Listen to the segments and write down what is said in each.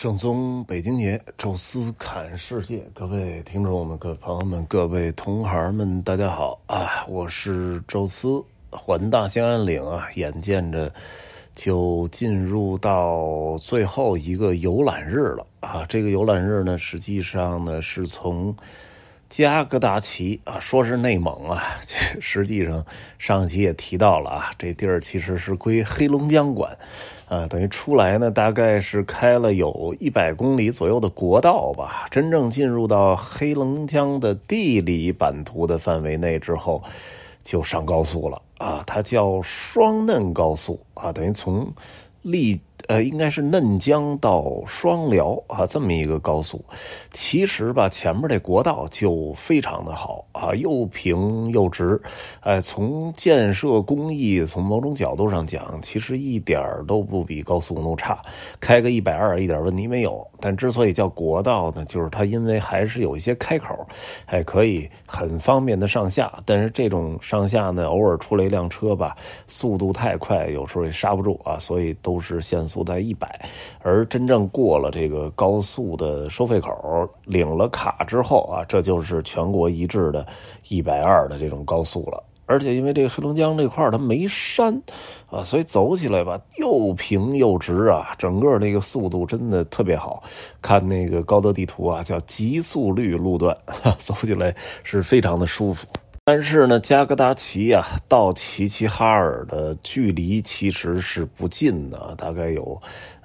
正宗北京爷，宙斯侃世界，各位听众们、各位朋友们、各位同行们，大家好啊！我是宙斯，环大兴安岭啊，眼见着就进入到最后一个游览日了啊！这个游览日呢，实际上呢是从加格达奇啊，说是内蒙啊，实际上上一期也提到了啊，这地儿其实是归黑龙江管。等于出来呢，大概是开了有100公里左右的国道吧。真正进入到黑龙江的地理版图的范围内之后，就上高速了啊。它叫双嫩高速啊，等于从应该是嫩江到双辽啊，这么一个高速。其实吧，前面这国道就非常的好啊，又平又直。从建设工艺，从某种角度上讲，其实一点都不比高速公路差，开个120一点问题没有。但之所以叫国道呢，就是它因为还是有一些开口，还可以很方便的上下。但是这种上下呢，偶尔出来一辆车吧，速度太快，有时候也刹不住啊，所以都是限速在100。而真正过了这个高速的收费口，领了卡之后啊，这就是全国一致的120的这种高速了。而且因为这个黑龙江这块它没山啊，所以走起来吧又平又直啊，整个那个速度真的特别好。看那个高德地图啊，叫极速率路段，走起来是非常的舒服。但是呢，加格达奇啊到齐齐哈尔的距离其实是不近的，大概有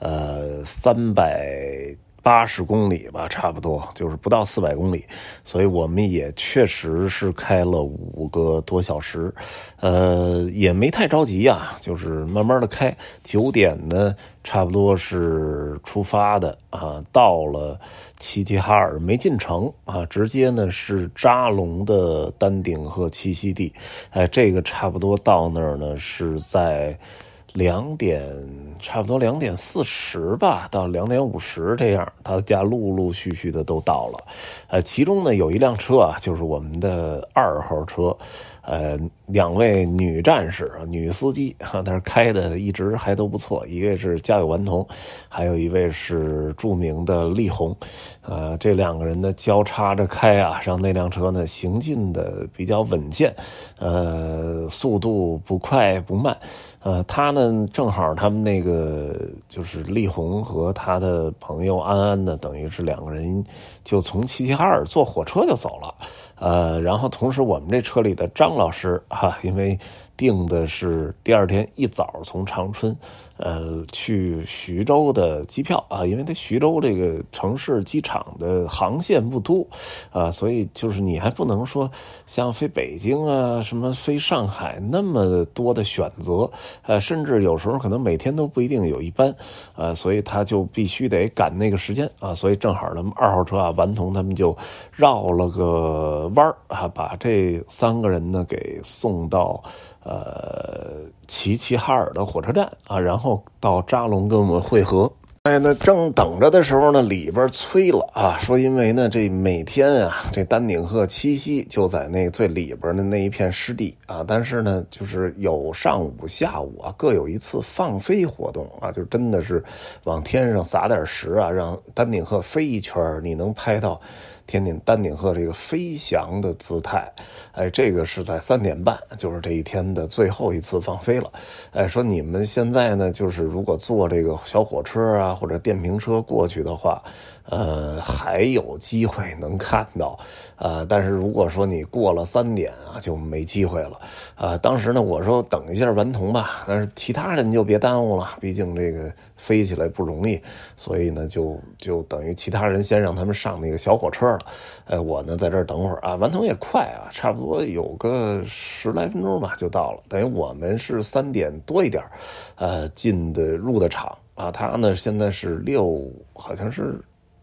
380公里吧，差不多就是不到400公里，所以我们也确实是开了5个多小时，也没太着急啊，就是慢慢的开。9点呢，差不多是出发的啊，到了齐齐哈尔没进城啊，直接呢是扎龙的丹顶鹤栖息地，这个差不多到那儿呢是在差不多2点40吧，到2点50这样，大家陆陆续续的都到了。其中呢有一辆车啊，就是我们的2号车，2位女战士、女司机啊，但是开的一直还都不错。一位是家有顽童，还有一位是著名的力宏，这2个人呢交叉着开啊，让那辆车呢行进的比较稳健，速度不快不慢。他呢正好他们那个就是力宏和他的朋友安安呢，等于是2个人就从齐齐哈尔坐火车就走了。然后同时我们这车里的张老师因为订的是第2天一早从长春去徐州的机票啊，因为它徐州这个城市机场的航线不多啊，所以就是你还不能说像飞北京啊什么飞上海那么多的选择，甚至有时候可能每天都不一定有一班，所以他就必须得赶那个时间啊，所以正好咱们2号车啊，顽童他们就绕了个弯啊，把这3个人呢给送到齐齐哈尔的火车站啊，然后到扎龙跟我们会合。那正等着的时候呢，里边催了啊，说因为呢这每天啊这丹顶鹤栖息就在那最里边的那一片湿地啊，但是呢就是有上午下午啊各有一次放飞活动啊，就真的是往天上撒点石啊，让丹顶鹤飞一圈，你能拍到丹顶鹤这个飞翔的姿态。这个是在3点半，就是这一天的最后一次放飞了。说你们现在呢，就是如果坐这个小火车啊或者电瓶车过去的话，还有机会能看到，但是如果说你过了3点啊，就没机会了。当时呢，我说等一下顽童吧，但是其他人就别耽误了，毕竟这个飞起来不容易，所以呢，就等于其他人先让他们上那个小火车了。我呢在这儿等会儿啊，顽童也快啊，差不多有个10来分钟吧就到了，等于我们是3点多一点，入的场啊，他呢现在是好像是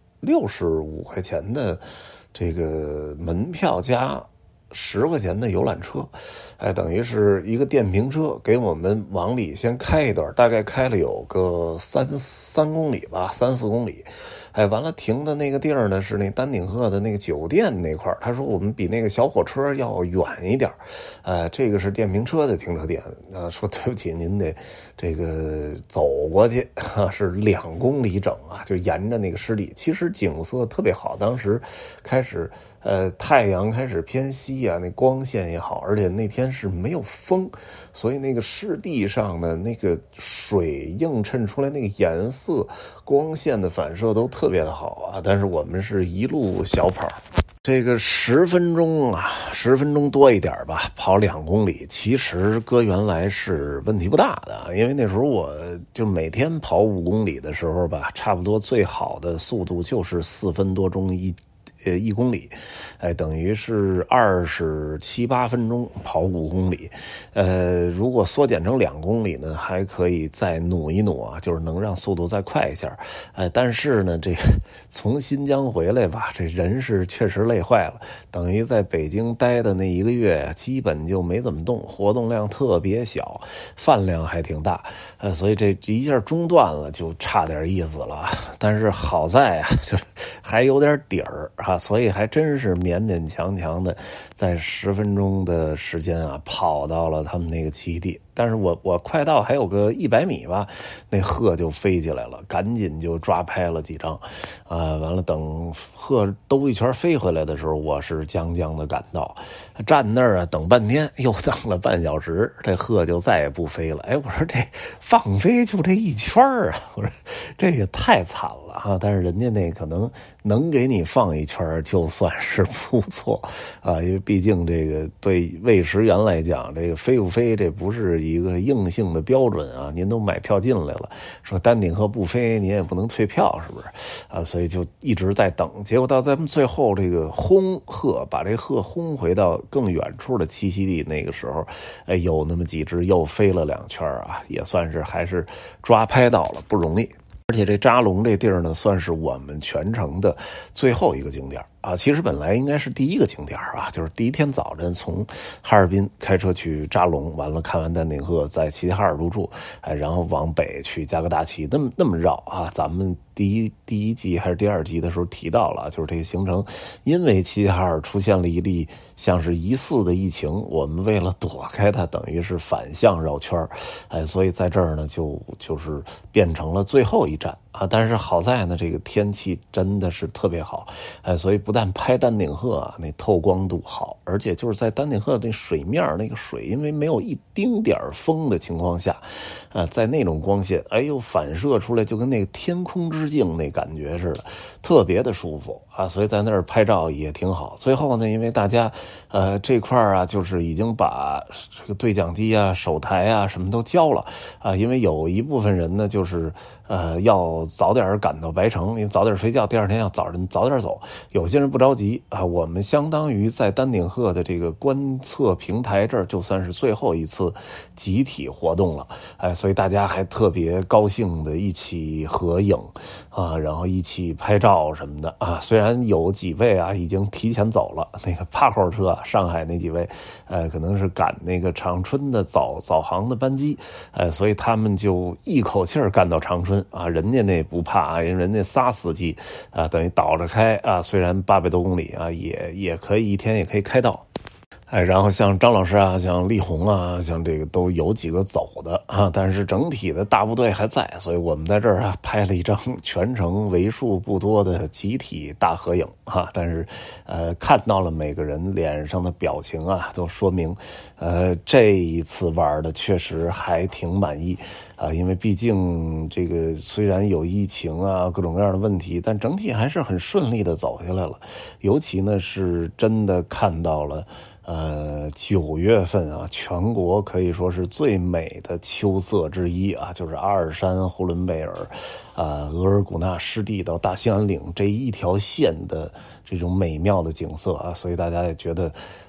65块钱的这个门票加10块钱的游览车，等于是一个电瓶车给我们往里先开一段，大概开了有个3公里吧，3、4公里， 完了停的那个地儿呢是那丹顶鹤的那个酒店那块儿，他说我们比那个小火车要远一点，这个是电瓶车的停车点，说对不起，您得这个走过去，是2公里整啊，就沿着那个湿地，其实景色特别好，当时开始太阳开始偏西啊，那光线也好，而且那天是没有风，所以那个湿地上的那个水映衬出来那个颜色，光线的反射都特别的好啊。但是我们是一路小跑，这个10分钟啊，10分钟多一点吧，跑2公里，其实搁原来是问题不大的，因为那时候我就每天跑5公里的时候吧，差不多最好的速度就是4分多钟1公里，等于是27、8分钟跑5公里，如果缩减成2公里呢，还可以再努一努啊，就是能让速度再快一下，但是呢，这从新疆回来吧，这人是确实累坏了，等于在北京待的那1个月，基本就没怎么动，活动量特别小，饭量还挺大，所以这一下中断了，就差点意思了。但是好在啊，就是还有点底儿啊，所以还真是勉勉强强的，在10分钟的时间啊，跑到了他们那个栖息地。但是我快到还有个100米吧，那鹤就飞起来了，赶紧就抓拍了几张，完了等鹤兜一圈飞回来的时候，我是将的赶到，站那儿啊等半天，又等了半小时，这鹤就再也不飞了。我说这放飞就这一圈啊，我说这也太惨了啊！但是人家那可能能给你放一圈就算是不错啊，因为毕竟这个对喂食员来讲，这个飞不飞这不是一个硬性的标准啊。您都买票进来了，说丹顶鹤不飞，您也不能退票，是不是啊？所以就一直在等。结果到咱们最后这个轰鹤，把这鹤轰回到更远处的栖息地，那个时候，有那么几只又飞了2圈啊，也算是还是抓拍到了，不容易。而且这扎龙这地儿呢，算是我们全程的最后一个景点啊。其实本来应该是第一个景点啊，就是第一天早晨从哈尔滨开车去扎龙，完了看完丹顶鹤，在齐齐哈尔入住，然后往北去加格达奇，那么绕啊。咱们第一集还是第2集的时候提到了，就是这个行程，因为齐齐哈尔出现了一例像是疑似的疫情，我们为了躲开它，等于是反向绕圈，所以在这儿呢就是变成了最后一站啊。但是好在呢，这个天气真的是特别好，所以不但拍丹顶鹤啊，那透光度好，而且就是在丹顶鹤那水面那个水，因为没有一丁点风的情况下，在那种光线，呦反射出来就跟那个天空之镜那感觉似的，特别的舒服啊。所以在那儿拍照也挺好。最后呢，因为大家这块啊，就是已经把这个对讲机啊、手台啊什么都交了啊，因为有一部分人呢，就是要早点赶到白城，因为早点睡觉，第2天要早点走。有些人不着急啊，我们相当于在丹顶鹤的这个观测平台这儿，就算是最后一次集体活动了，所以大家还特别高兴的一起合影啊，然后一起拍照什么的啊。虽然有几位啊已经提前走了，那个8号车，上海那几位，可能是赶那个长春的早航的班机，所以他们就一口气干到长春啊。人家那不怕啊，因为人家仨司机啊，等于倒着开啊，虽然800多公里啊，也可以一天也可以开到。然后像张老师啊，像力宏啊，像这个都有几个走的啊，但是整体的大部队还在，所以我们在这儿啊拍了一张全程为数不多的集体大合影啊。但是看到了每个人脸上的表情啊，都说明这一次玩的确实还挺满意啊，因为毕竟这个虽然有疫情啊各种各样的问题，但整体还是很顺利的走下来了。尤其呢是真的看到了9月份啊，全国可以说是最美的秋色之一啊，就是阿尔山、呼伦贝尔、额尔古纳湿地到大兴安岭这一条线的这种美妙的景色啊，所以大家也觉得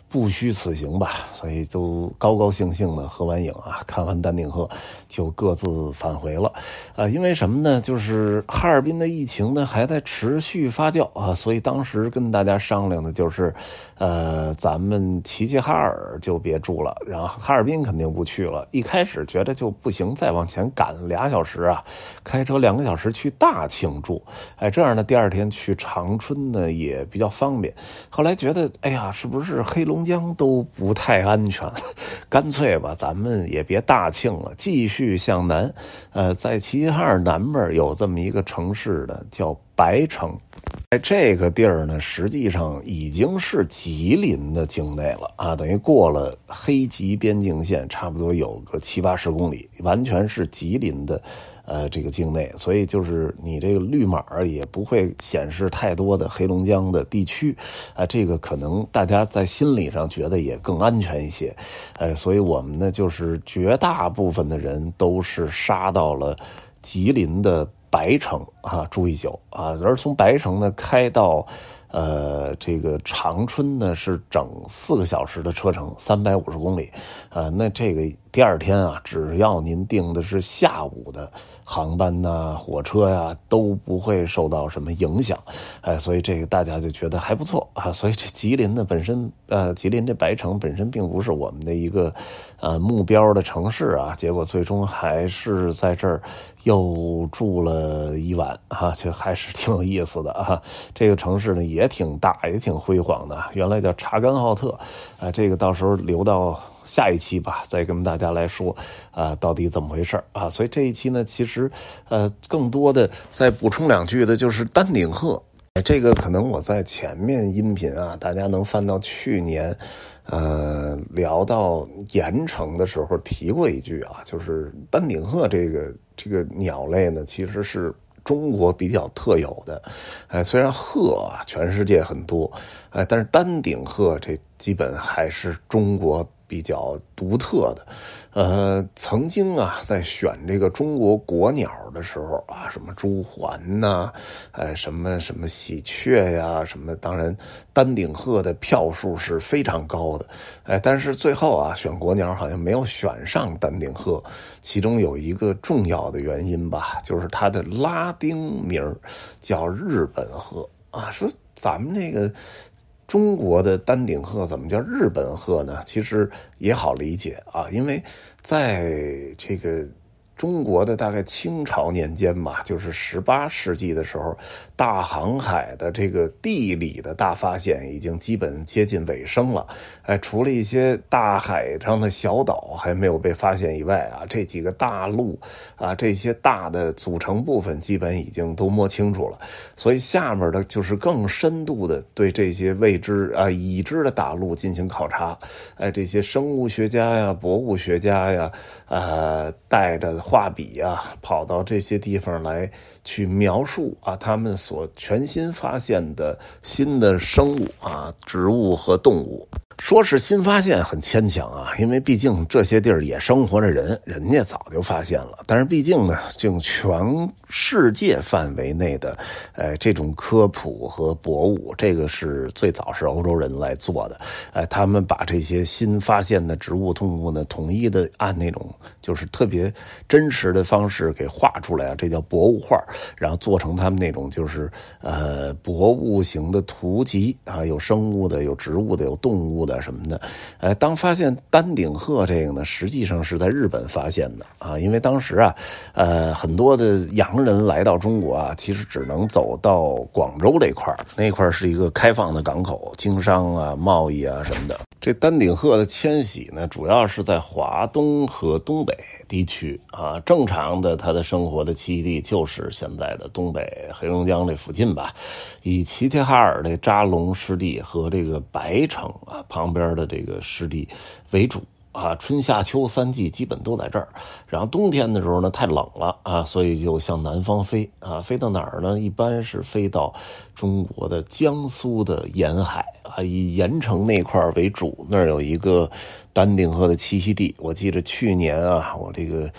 不虚此行吧，所以都高高兴兴的合完影啊，看完丹顶鹤就各自返回了。因为什么呢？就是哈尔滨的疫情呢还在持续发酵啊，所以当时跟大家商量的就是，咱们齐齐哈尔就别住了，然后哈尔滨肯定不去了。一开始觉得就不行，再往前赶2小时啊，开车2个小时去大庆住，这样呢第二天去长春呢也比较方便。后来觉得，哎呀，是不是黑龙江都不太安全？干脆吧，咱们也别大庆了，继续向南。在齐齐哈尔南边有这么一个城市的叫白城。这个地儿呢，实际上已经是吉林的境内了啊，等于过了黑吉边境线，差不多有个70-80公里，完全是吉林的。这个境内，所以就是你这个绿码也不会显示太多的黑龙江的地区，这个可能大家在心理上觉得也更安全一些，所以我们呢就是绝大部分的人都是杀到了吉林的白城啊住一宿啊，而从白城呢开到这个长春呢是整4个小时的车程，350公里，那这个第二天啊，只要您订的是下午的航班呐、火车呀，都不会受到什么影响，所以这个大家就觉得还不错啊。所以这吉林呢本身，吉林这白城本身并不是我们的一个目标的城市啊，结果最终还是在这儿又住了1晚啊，这还是挺有意思的啊。这个城市呢也挺大，也挺辉煌的，原来叫查干浩特，这个到时候留到下一期吧，再跟大家来说到底怎么回事啊？所以这一期呢，其实更多的再补充2句的就是丹顶鹤。这个可能我在前面音频啊，大家能翻到去年聊到盐城的时候提过一句啊，就是丹顶鹤这个鸟类呢，其实是中国比较特有的，虽然鹤啊全世界很多，但是丹顶鹤这基本还是中国比较独特的。曾经啊，在选这个中国国鸟的时候啊，什么朱鹮呐，什么喜鹊呀，什么，当然丹顶鹤的票数是非常高的，但是最后啊，选国鸟好像没有选上丹顶鹤，其中有一个重要的原因吧，就是它的拉丁名叫日本鹤啊，说咱们这个中国的丹顶鹤怎么叫日本鹤呢？其实也好理解啊，因为在这个中国的大概清朝年间吧，就是18世纪的时候，大航海的这个地理的大发现已经基本接近尾声了。除了一些大海上的小岛还没有被发现以外啊，这几个大陆啊，这些大的组成部分基本已经都摸清楚了。所以下面的就是更深度的对这些未知已知的大陆进行考察。这些生物学家呀、博物学家呀，带着画笔啊，跑到这些地方来去描述啊，他们所全新发现的新的生物啊，植物和动物。说是新发现很牵强啊，因为毕竟这些地儿也生活着人，人家早就发现了。但是毕竟呢，这种全世界范围内的，这种科普和博物，这个是最早是欧洲人来做的。他们把这些新发现的植物、动物呢，统一的按那种就是特别真实的方式给画出来啊，这叫博物画，然后做成他们那种就是博物型的图集啊，有生物的，有植物的，有动物的什么的。当发现丹顶鹤这个呢，实际上是在日本发现的啊，因为当时啊，很多的洋人来到中国啊，其实只能走到广州这块，那块是一个开放的港口，经商啊、贸易啊什么的。这丹顶鹤的迁徙呢，主要是在华东和东北地区啊，正常的它的生活的栖息地就是现在的东北黑龙江这附近吧，以齐齐哈尔的扎龙湿地和这个白城啊旁边的这个湿地为主。春夏秋3季基本都在这儿，然后冬天的时候呢太冷了啊，所以就向南方飞啊，飞到哪儿呢？一般是飞到中国的江苏的沿海啊，以盐城那块为主，那儿有一个丹顶鹤的栖息地。我记得去年啊，我这个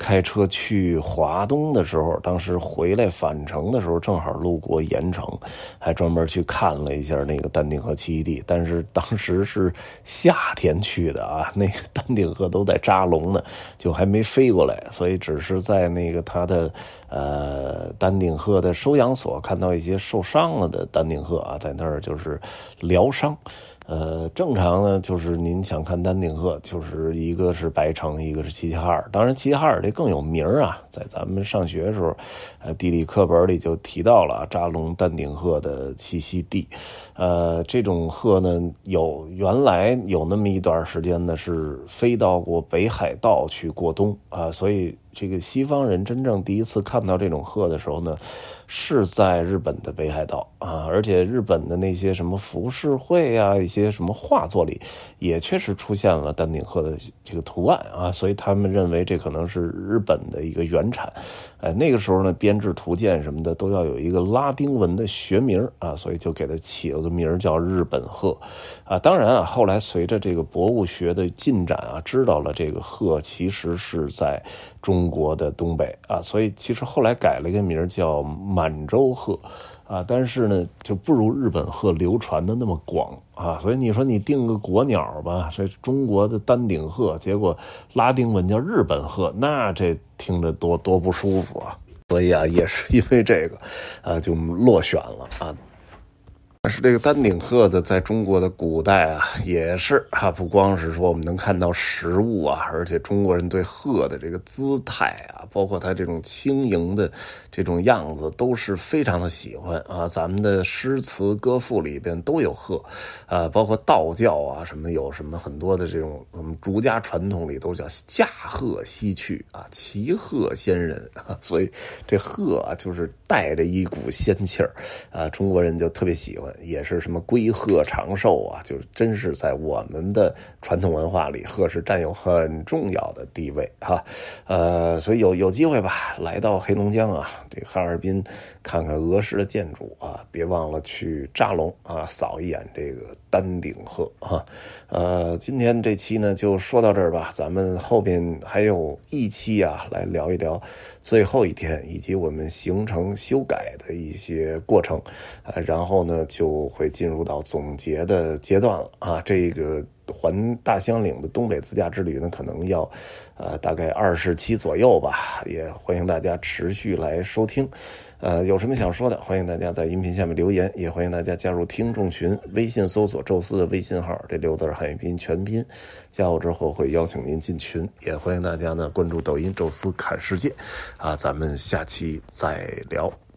开车去华东的时候，当时回来返程的时候，正好路过盐城，还专门去看了一下那个丹顶鹤栖息地。但是当时是夏天去的啊，那个丹顶鹤都在扎笼呢，就还没飞过来，所以只是在那个它的丹顶鹤的收养所看到一些受伤了的丹顶鹤啊，在那儿就是疗伤。正常呢，就是您想看丹顶鹤，就是一个是白城，一个是齐齐哈尔。当然，齐齐哈尔这更有名啊，在咱们上学的时候，地理课本里就提到了扎龙丹顶鹤的栖息地。这种鹤呢，原来有那么一段时间呢，是飞到过北海道去过冬啊，所以这个西方人真正第一次看到这种鹤的时候呢，是在日本的北海道啊，而且日本的那些什么浮世绘啊，一些什么画作里，也确实出现了丹顶鹤的这个图案啊，所以他们认为这可能是日本的一个原产。那个时候呢，编制图鉴什么的都要有一个拉丁文的学名啊，所以就给它起了个名叫日本鹤啊。当然啊，后来随着这个博物学的进展啊，知道了这个鹤其实是在中国的东北啊，所以其实后来改了一个名叫满洲鹤啊，但是呢就不如日本鹤流传的那么广啊，所以你说你定个国鸟吧，这中国的丹顶鹤，结果拉丁文叫日本鹤，那这听着多不舒服啊，所以啊也是因为这个就落选了啊。但是这个丹顶鹤的在中国的古代啊，也是不光是说我们能看到实物啊，而且中国人对鹤的这个姿态啊，包括它这种轻盈的这种样子，都是非常的喜欢啊。咱们的诗词歌赋里边都有鹤啊，包括道教啊，什么有什么很多的这种我们儒家传统里都叫驾鹤西去啊，骑鹤仙人啊，所以这鹤啊就是带着一股仙气儿啊，中国人就特别喜欢。也是什么龟鹤长寿啊，就真是在我们的传统文化里，鹤是占有很重要的地位哈。所以有机会吧，来到黑龙江啊，这个哈尔滨看看俄式的建筑啊，别忘了去扎龙啊，扫一眼这个丹顶鹤啊。今天这期呢就说到这儿吧，咱们后边还有一期啊，来聊一聊最后一天以及我们行程修改的一些过程，然后呢就会进入到总结的阶段了啊。这个环大兴岭的东北自驾之旅呢，可能要大概20期左右吧，也欢迎大家持续来收听。有什么想说的，欢迎大家在音频下面留言，也欢迎大家加入听众群，微信搜索宙斯的微信号，这6字汉语拼音全拼，加我之后会邀请您进群，也欢迎大家呢关注抖音宙斯看世界啊，咱们下期再聊。